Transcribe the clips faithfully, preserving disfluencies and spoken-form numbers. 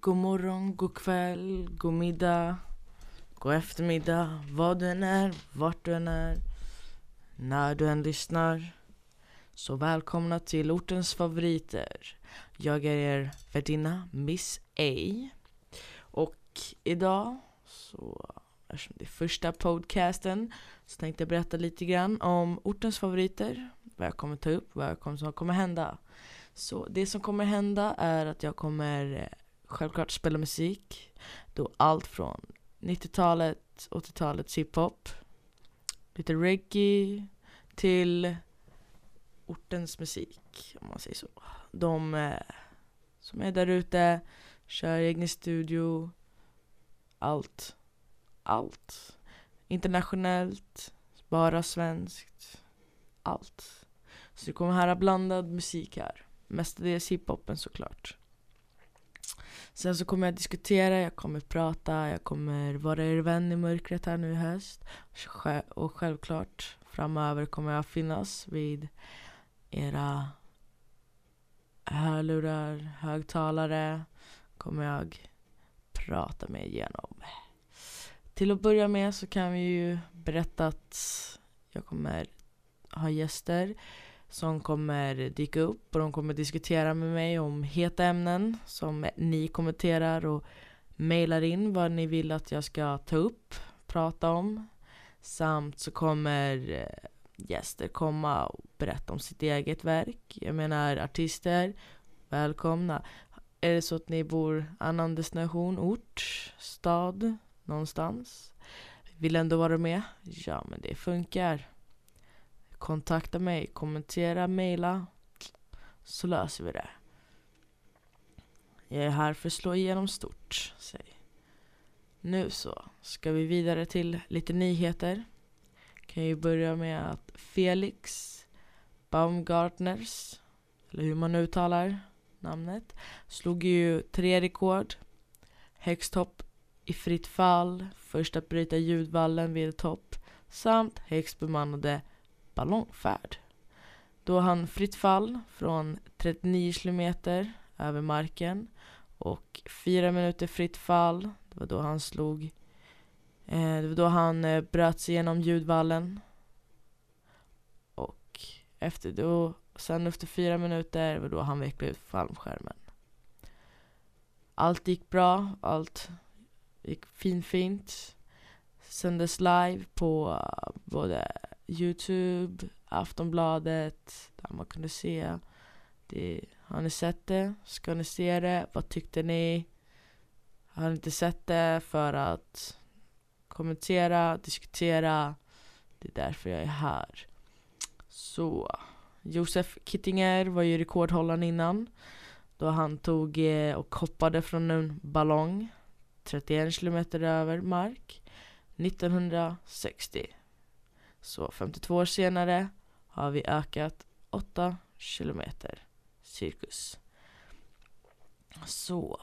God morgon, god kväll, god middag, god eftermiddag, vad du än är, vart du än är, när du än lyssnar. Så välkomna till ortens favoriter. Jag är er värdinna Miss A. Och idag, så eftersom det är första podcasten, så tänkte jag berätta lite grann om ortens favoriter. Vad jag kommer ta upp, vad jag kommer, som kommer hända. Så det som kommer hända är att jag kommer självklart spela musik. Då allt från nittiotalet, åttiotalets hiphop, lite reggae till ortens musik, om man säger så. De eh, som är där ute, kör egen studio, allt, allt. Internationellt, bara svenskt, allt. Så det kommer här blandad musik här. Mestadels hiphopen såklart. Sen så kommer jag diskutera, jag kommer prata, jag kommer vara er vän i mörkret här nu i höst. Och självklart framöver kommer jag finnas vid era hörlurar, högtalare. Kommer jag prata med igenom. Till att börja med så kan vi ju berätta att jag kommer ha gäster som kommer dyka upp och de kommer diskutera med mig om heta ämnen som ni kommenterar och mejlar in vad ni vill att jag ska ta upp, prata om. Samt så kommer gäster komma och berätta om sitt eget verk. Jag menar artister, välkomna. Är det så att ni bor annan destination, ort, stad, någonstans, vill ändå vara med? Ja, men det funkar. Kontakta mig, kommentera, mejla, så löser vi det. Jag är här för att slå igenom stort, säg. Nu så, ska vi vidare till lite nyheter. Kan ju börja med att Felix Baumgartners, eller hur man uttalar namnet, slog ju tre rekord. Högst hopp i fritt fall, först att bryta ljudvallen vid topp, samt högst bemannade ballongfärd. Då han fritt fall från trettionio kilometer över marken och fyra minuter fritt fall. Det var då han slog eh, det var då han eh, bröt sig igenom ljudvallen. Och efter då, sen efter fyra minuter var då han vecklade ut fallskärmen. Allt gick bra, allt gick fint fint. Sändes live på uh, både YouTube, Aftonbladet, där man kunde se det. Har ni sett det? Ska ni se det? Vad tyckte ni? Har ni inte sett det? För att kommentera, diskutera. Det är därför jag är här. Så Josef Kittinger var ju rekordhållaren innan, då han tog eh, och hoppade från en ballong trettioen kilometer över mark nittonhundrasextio. Så femtiotvå år senare har vi ökat åtta kilometer cirkus. Så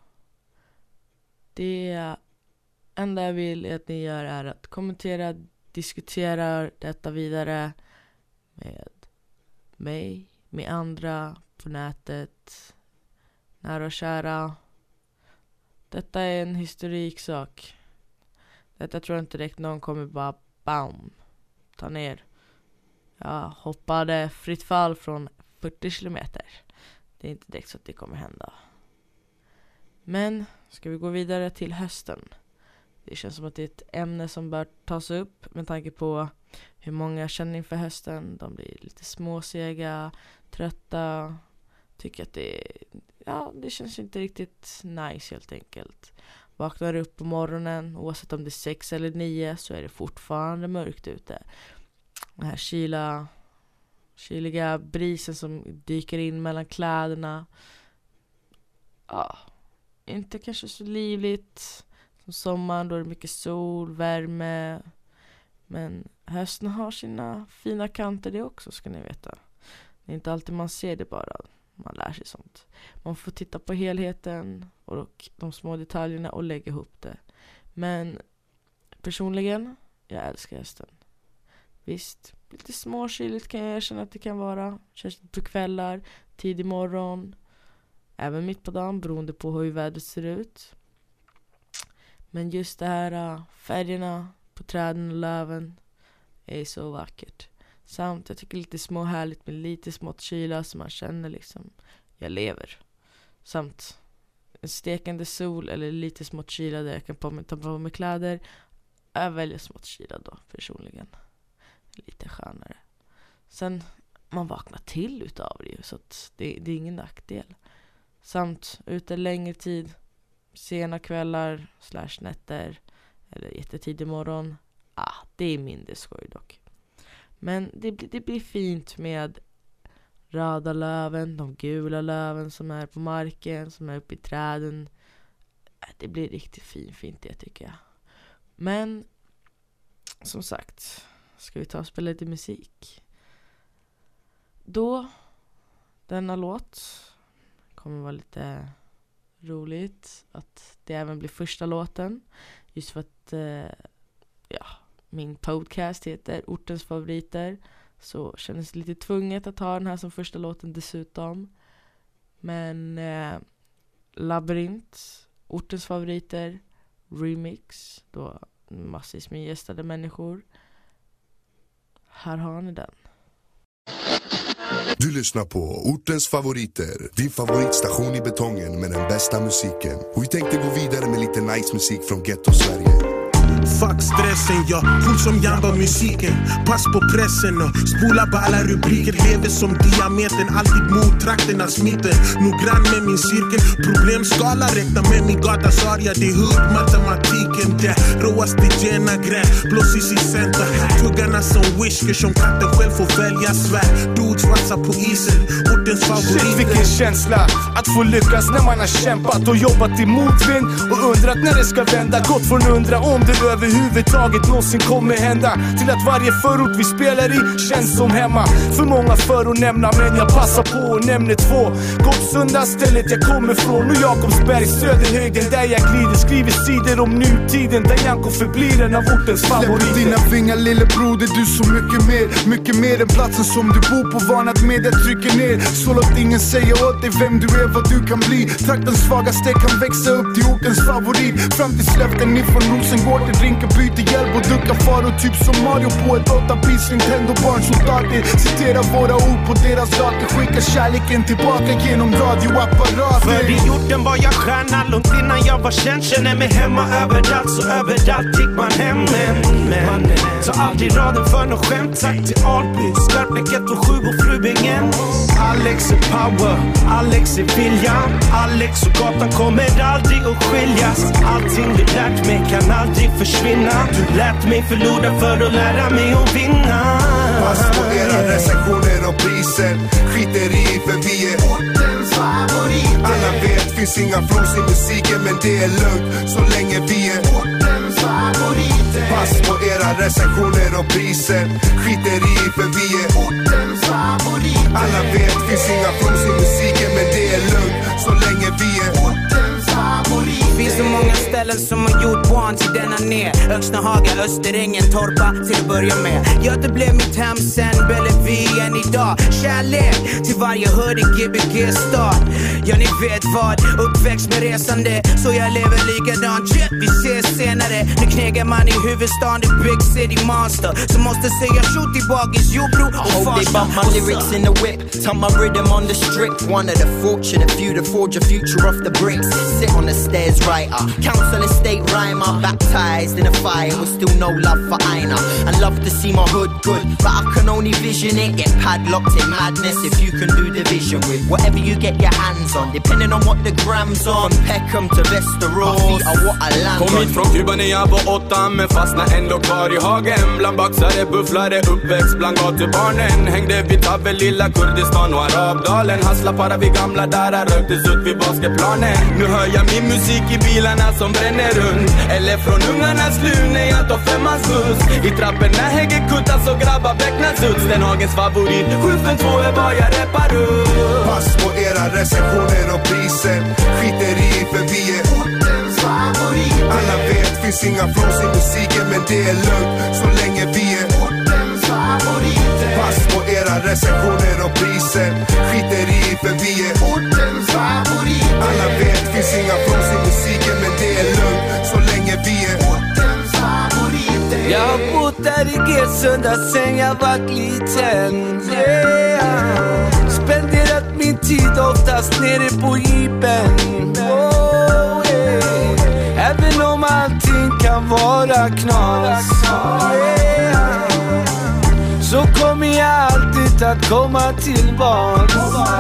det enda jag vill att ni gör är att kommentera, diskutera detta vidare med mig, med andra på nätet, nära och kära. Detta är en historiksak. Detta tror jag inte direkt någon kommer bara bam, ta ner. Jag hoppade fritt fall från fyrtio kilometer. Det är inte direkt så att det kommer hända. Men ska vi gå vidare till hösten. Det känns som att det är ett ämne som bör tas upp med tanke på hur många jag känner inför hösten. De blir lite småsega, trötta. Tycker att det, ja, det känns inte riktigt nice helt enkelt. Vaknar upp på morgonen, oavsett om det är sex eller nio, så är det fortfarande mörkt ute. Den här kyla, kyliga brisen som dyker in mellan kläderna. Ja, inte kanske så livligt som sommaren, då är det mycket sol, värme. Men hösten har sina fina kanter det också, ska ni veta. Det är inte alltid man ser det bara. Man lär sig sånt. Man får titta på helheten och de små detaljerna och lägga ihop det. Men personligen, jag älskar hösten. Visst, lite småkyligt kan jag erkänna att det kan vara. Känns på kvällar, tidig morgon. även mitt på dagen beroende på hur vädret ser ut. Men just det här uh, färgerna på träden och löven är så vackert. Samt jag tycker lite små härligt med lite smått kyla så man känner liksom jag lever. Samt en stekande sol eller lite smått kyla där jag kan på mig, ta på mig kläder. Jag väljer smått kyla då personligen. Lite skönare. Sen man vaknar till utav det ju, så att det, det är ingen nackdel. Samt ute längre tid, sena kvällar slash nätter eller jättetidig morgon. Ah, det är mindre skoj dock. Men det, det blir fint med röda löven, de gula löven som är på marken, som är uppe i träden. Det blir riktigt fint, fint det tycker jag. Men som sagt, ska vi ta och spela lite musik. Då, denna låt kommer vara lite roligt att det även blir första låten. Just för att eh, ja, min podcast heter Ortens favoriter. Så kändes det lite tvunget att ha den här som första låten dessutom. Men eh, Labyrint, Ortens favoriter, remix. Då massvis med gästade människor. Här har ni den. Du lyssnar på Ortens favoriter, din favoritstation i betongen med den bästa musiken. Och vi tänkte gå vidare med lite nice musik från Ghetto Sverige. Fuck stressen, ja, cool som jamba musiken. Pass på pressen och spola på alla rubriker. Lever som diametern, alltid mot trakternas mitten. Noggrann med min cirkel, problemskala. Räkna med min gatas aria, det är hood matematiken. Det råaste gena grä, blåsis i center. Tuggarna som whisker, som katten själv får välja svär. Dudes vatsa på isen, ortens favoriter. Shit, vilken känsla att få lyckas när man har kämpat och jobbat i motvind och undrat när det ska vända. Gått från undra om det överhuvudtaget någonsin kommer hända till att varje förort vi spelar i känns som hemma. För många för att nämna, men jag passar på och nämner två. Gottsunda stället jag kommer från och Jakobsberg, Söderhöjden där jag glider. Skriver sidor om nutiden där Janko förblir en av ortens favoriter. Släpp dina vingar lillebroder, du så mycket mer. Mycket mer än platsen som du bor på, vanat med jag trycker ner. Så låt ingen säga åt dig vem du är, vad du kan bli. Traktens svagaste kan växa upp till ortens favorit. Fram till släften ifrån Rosengård till Rinkeby till hjälp och ducka faro typ som Mario på ett åtta-bits Nintendo-barn som alltid citerar våra ord på deras dator. Skicka kärleken tillbaka genom radioapparater. För i jorden var jag stjärna långt innan jag var känd. Känner mig hemma överallt, så överallt gick man hem. Men, men ta aldrig raden för något skämt. Tack till Alby, Skarpnäcket och sju och Frubingen. Alex är power, Alex är vilja. Alex och gatan kommer aldrig att skiljas. Allting du lärt mig kan aldrig försvinna. Du lät mig förlora för att lära mig att vinna. Pass på era recensioner och priser. Skiter i för vi är ortens favoriter. Alla vet, finns inga fros i musiken, men det är lugnt så länge vi är ortens favoriter. Pass på era recensioner och priser. Skiter i för vi är ortens favoriter. Alla vet, finns inga fros i musiken, men det är lugnt så länge vi är ortens favoriter. Finns så många ställen som har gjort barn till denna ner. Öxnahaga, Österängen, Torpa till att börja med. Göte blev mitt hem sen Bellevue än idag. Kärlek till varje hördig G B G-stad. Ja, ni vet vad, uppväxt med resande. Så jag lever likadant, yeah, vi ses senare. Nu knegar man i huvudstaden, the big city monster. Så måste säga shoot i bagis, jordbro och Hope they farsta. bump my lyrics in the whip, tell my rhythm on the strip. One of the fortunate few to forge a future off the bricks. Sit on the stairs writer, council estate rhymer. Baptized in a fire with still no love for Aina. And love to see my hood good, but I can only vision it. Get padlocked in madness if you can do the vision with whatever you get your hands on. Depending on what the grams on. Peckham to Västerås, feet are what I land Kom on. hit från Kuba när jag var åtta, men fastna ändå kvar i hagen. Bland baxare, bufflare, uppväxt bland gatubarnen. Hängde vid Tabbe, lilla Kurdistan och Arabdalen. Hassla para vid gamla där, röktes ut vid basketplanen. Nu hör jag min musik i bilarna som bränner runt. Eller från ungarnas lun när jag tar femmans buss. I trapporna hänger kuttas och grabbar becknas ut. Stenhagens favorit, sju fem två är vad jag rappar upp. Pass på era recensioner och priser. Skiter i för vi är ortens favoriter. Alla vet, finns inga fros i musiken, men det är lugnt så länge vi är ortens favoriter. Pass på era recensioner och priser. Skiter i för vi är ortens favoriter. finns inga froms i musiken, men det är lugnt så länge vi är ortens favoriter. Jag har bott där i G-sunda sen jag var liten, yeah. Spenderat min tid oftast nere på Iben, oh, yeah. Även om allting kan vara knas, yeah. Så kommer jag alltid att komma tillbaks,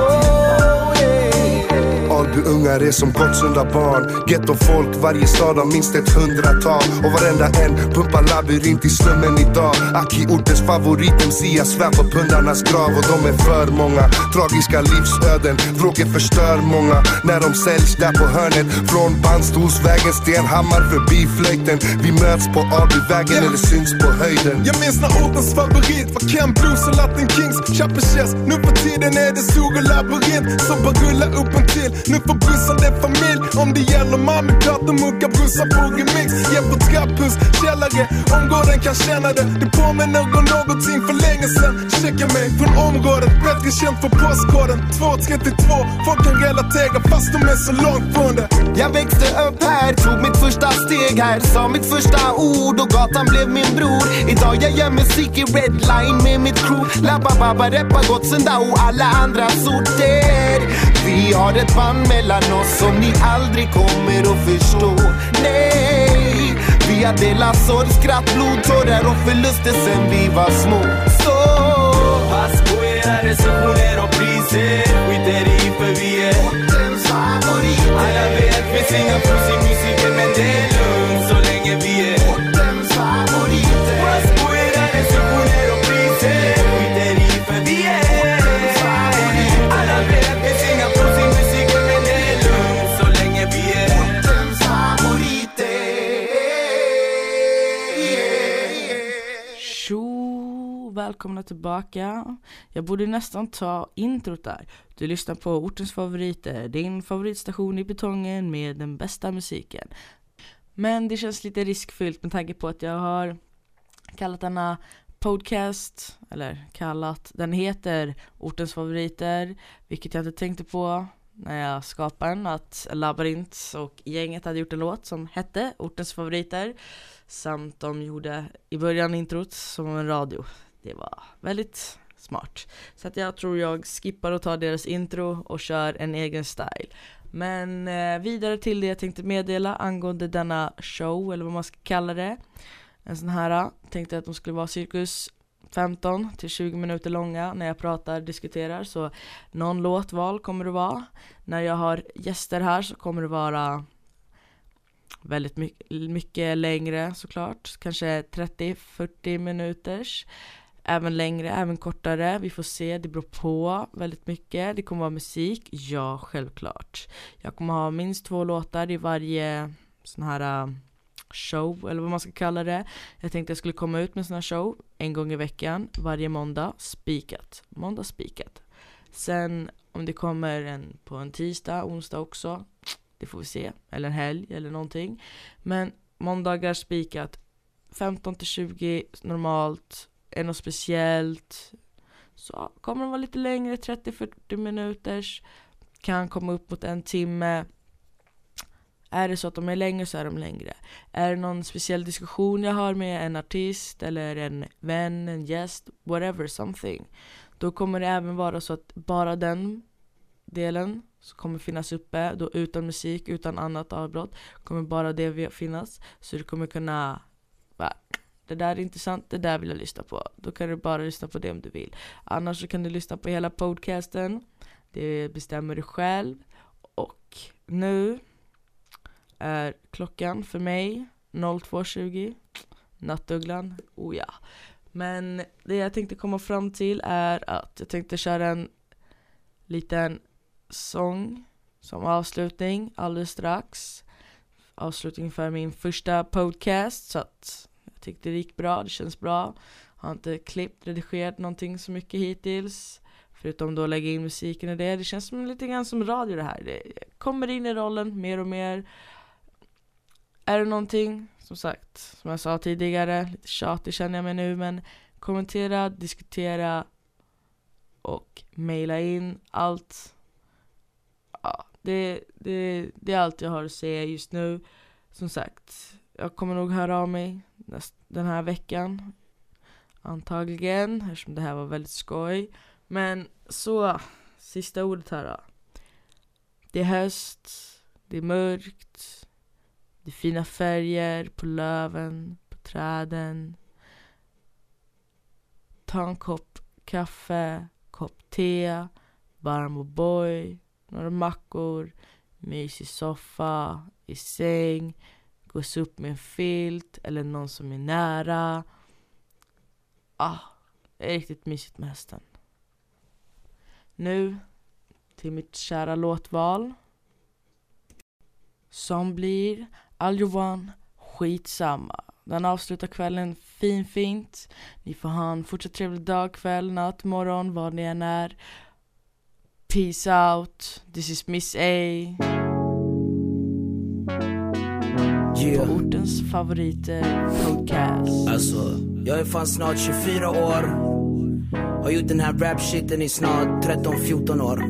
oh, yeah. Alby ungar är som Gottsunda barn. Ghettofolk, varje stad har minst ett hundratal. Och varenda en pumpar labyrint i slummen idag. Aki ortens favorit M C, jag svär på pundarnas grav. Och de är för många, tragiska livsöden. Droger förstör många när de säljs där på hörnet. Från Bandstolsvägen, Stenhammar förbi Flöjten. Vi möts på Albyvägen, yeah. Eller syns på höjden. Jag minns när ortens favorit var Ken Blues och Latin Kings. Chapperchess, nu för tiden är det sug och labyrint. Så bara rulla upp en till. Nu får bussen det familj. Om det gäller mamma, pratar mucka bussar på remix. Ge på trapphus, källare, omgården kan känna det. Det påminner om någonting för länge sedan. Checka mig från området, bättre känt för postkoden två tre två. Folk kan relatera fast de är så långt från det. Jag växte upp här, tog mitt första steg här. Sa mitt första ord och gatan blev min bror. Idag jag gör musik i Redline med mitt crew. Labba babba, reppa Gottsunda och alla andra sorter. Vi har ett band mellan oss som ni aldrig kommer att förstå. Nej, vi har delat sorg, skratt, blod, tårar och förluster sen vi var små. Så pass på era recensioner och priser. Skiter i för vi är ortens favoriter. Alla vet finns inga plus i musiken, men det är lugnt så länge vi är ortens favoriter. Pass på era recensioner och priser. Skiter i för vi är alla vet finns inga plus i musiken, men det är lugnt så länge vi är ortens favoriter. Tjo, välkomna tillbaka. Jag borde nästan ta introt där. Du lyssnar på Ortens favoriter, din favoritstation i betongen med den bästa musiken. Men det känns lite riskfyllt med tanke på att jag har kallat denna podcast, eller kallat, den heter Ortens favoriter, vilket jag inte tänkte på när jag skapade den, att Labyrint och gänget hade gjort en låt som hette Ortens favoriter, samt de gjorde i början introt som en radio. Det var väldigt smart. Så att jag tror jag skippar och tar deras intro och kör en egen style. Men eh, vidare till det jag tänkte meddela angående denna show, eller vad man ska kalla det. En sån här, tänkte att de skulle vara cirkus femton till tjugo minuter långa när jag pratar, diskuterar. Så någon låtval kommer det vara. När jag har gäster här så kommer det vara väldigt mycket, mycket längre såklart. Kanske trettio till fyrtio minuters. Även längre, även kortare. Vi får se, det beror på väldigt mycket. Det kommer vara musik, ja självklart. Jag kommer ha minst två låtar i varje sån här show, eller vad man ska kalla det. Jag tänkte jag skulle komma ut med sån här show en gång i veckan, varje måndag, spikat. Måndag spikat. Sen om det kommer en på en tisdag, onsdag också, det får vi se. Eller en helg eller någonting. Men måndagar spikat. femton till tjugo normalt. Är något speciellt så kommer de vara lite längre, trettio till fyrtio minuters. Kan komma upp mot en timme. Är det så att de är längre så är de längre. Är det någon speciell diskussion jag har med en artist eller en vän, en gäst, whatever, something, då kommer det även vara så att bara den delen så kommer finnas uppe, då utan musik, utan annat avbrott, kommer bara det finnas. Så du kommer kunna va, det där är intressant, det där vill jag lyssna på. Då kan du bara lyssna på det om du vill. Annars så kan du lyssna på hela podcasten. Det bestämmer du själv. Och nu är klockan för mig två tjugo. Nattugglan, oh ja. Men det jag tänkte komma fram till är att jag tänkte köra en liten sång som avslutning alldeles strax. Avslutning för min första podcast, så att jag tyckte det gick bra, det känns bra. Har inte klippt, redigerat någonting så mycket hittills. Förutom då lägga in musiken i det. Det känns som lite grann som radio det här. Det kommer in i rollen mer och mer. Är det någonting, som sagt, som jag sa tidigare, lite tjatig känner jag mig nu, men kommentera, diskutera och mejla in allt. Ja, det, det, det är allt jag har att säga just nu. Som sagt, jag kommer nog höra av mig näst, den här veckan. Antagligen, eftersom det här var väldigt skoj. Men så, sista ordet här då. Det är höst, det är mörkt, det är fina färger på löven, på träden. Ta en kopp kaffe, kopp te, varm och boy, några mackor, mysig soffa, i säng, gås upp med en filt eller någon som är nära. Ah, det är riktigt mysigt med hösten. Nu till mitt kära låtval. Som blir All You Want, skitsamma. Den avslutar kvällen fin fint. Ni får ha en fortsatt trevlig dag, kväll, natt, morgon, vad ni än är. Peace out. This is Miss A. Yeah. På ortens favoriter podcast. Alltså, jag är fan snart tjugofyra år. Har gjort den här rap-shiten i snart tretton fjorton år.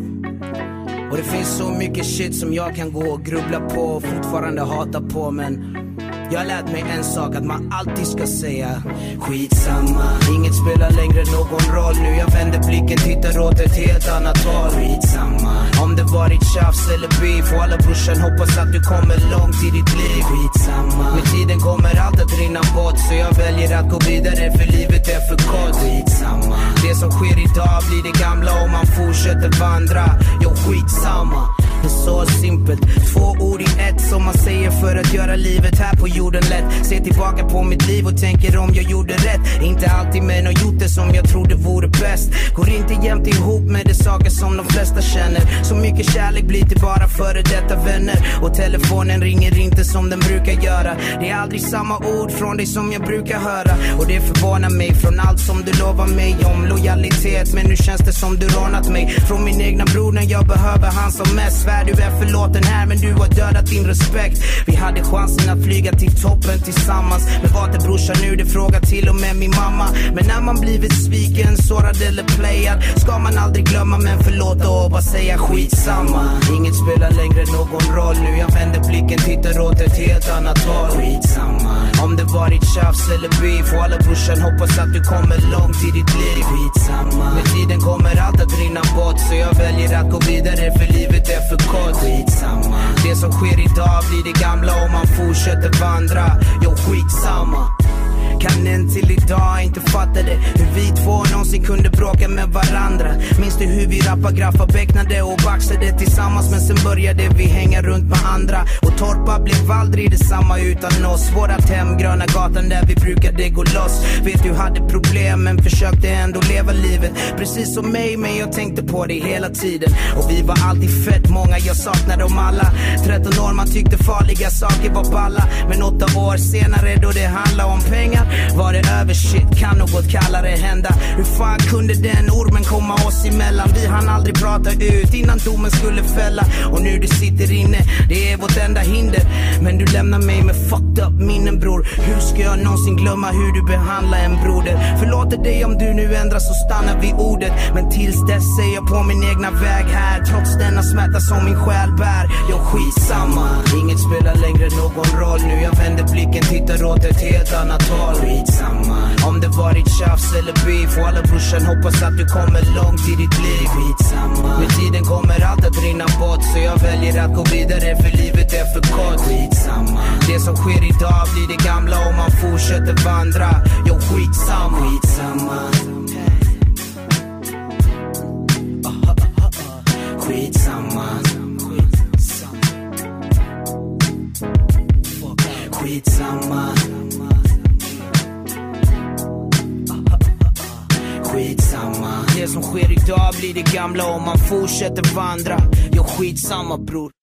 Och det finns så mycket shit som jag kan gå och grubbla på och fortfarande hata på, men jag har lärt mig en sak, att man alltid ska säga skitsamma. Inget spelar längre någon roll. Nu jag vänder blicken, tittar åt ett helt annat håll. Skitsamma. Om det varit tjafs eller beef, och alla brorsan hoppas att du kommer långt i ditt liv. Skitsamma. Med tiden kommer allt att rinna bort, så jag väljer att gå vidare, för livet är för kort. Skitsamma. Det som sker idag blir det gamla om man fortsätter vandra. Jo, skitsamma. Det är så simpelt, två ord i ett som man säger för att göra livet här på jorden lätt. Se tillbaka på mitt liv och tänker om jag gjorde rätt. Inte alltid, men har gjort det som jag trodde vore bäst. Går inte jämt ihop med de saker som de flesta känner. Så mycket kärlek blir till bara före detta vänner. Och telefonen ringer inte som den brukar göra. Det är aldrig samma ord från dig som jag brukar höra. Och det förvånar mig från allt som du lovar mig om lojalitet. Men nu känns det som du rånat mig från min egna bror när jag behöver han som mest. Du är förlåten här, men du har dödat din respekt. Vi hade chansen att flyga till toppen tillsammans. Men vart är brorsan nu? Det frågar till och med min mamma. Men när man blivit sviken, sårad eller playad, ska man aldrig glömma, men förlåta och bara säga skitsamma. Inget spelar längre någon roll. Nu jag vänder blicken, tittar åt ett helt annat håll. Skitsamma. Om det varit tjafs eller beef, och alla brorsan hoppas att du kommer långt i ditt liv. Skitsamma. Med tiden kommer allt att rinna bort, så jag väljer att gå vidare, för livet är för kort. Skitsamma. Det som sker idag blir det gamla om man fortsätter vandra. Jo, skitsamma. Kan en till idag inte fatta det, hur vi två någonsin kunde bråka med varandra. Minns du hur vi rappade, graffade, becknade och baxade tillsammans, men sen började vi hänga runt med andra. Och Torpa blev aldrig detsamma utan oss. Vårat hem, gröna gatan där vi brukade gå loss. Vet du hade problem men försökte ändå leva livet precis som mig, men jag tänkte på det hela tiden. Och vi var alltid fett många, jag saknar dem alla. tretton år, man tyckte farliga saker var balla. Men åtta år senare, då det handlar om pengar, var det över, shit, kan något kallare hända. Hur fan kunde den ormen komma oss emellan? Vi hann aldrig prata ut innan domen skulle fälla. Och nu du sitter inne, det är vårt enda hinder. Men du lämnar mig med fucked up minnen, bror. Hur ska jag någonsin glömma hur du behandlar en broder? Förlåter dig om du nu ändras och stannar vid ordet. Men tills dess är jag på min egna väg här, trots denna smärta som min själ bär. Jag skitsamma. Inget spelar längre någon roll. Nu jag vänder blicken, tittar åt ett helt annat håll. Skitsamma. Om det varit tjafs eller beef, och alla brorsan hoppas att du kommer långt i ditt liv. Skitsamma. Med tiden kommer allt att rinna bort, så jag väljer att gå vidare, för livet är för kort. Skitsamma. Det som sker idag blir det gamla om man fortsätter vandra. Jo, skitsamma. Skitsamma. Skitsamma. Skitsamma. Skitsamma. Det som sker idag blir det gamla om man fortsätter vandra. Jo, skitsamma, bror.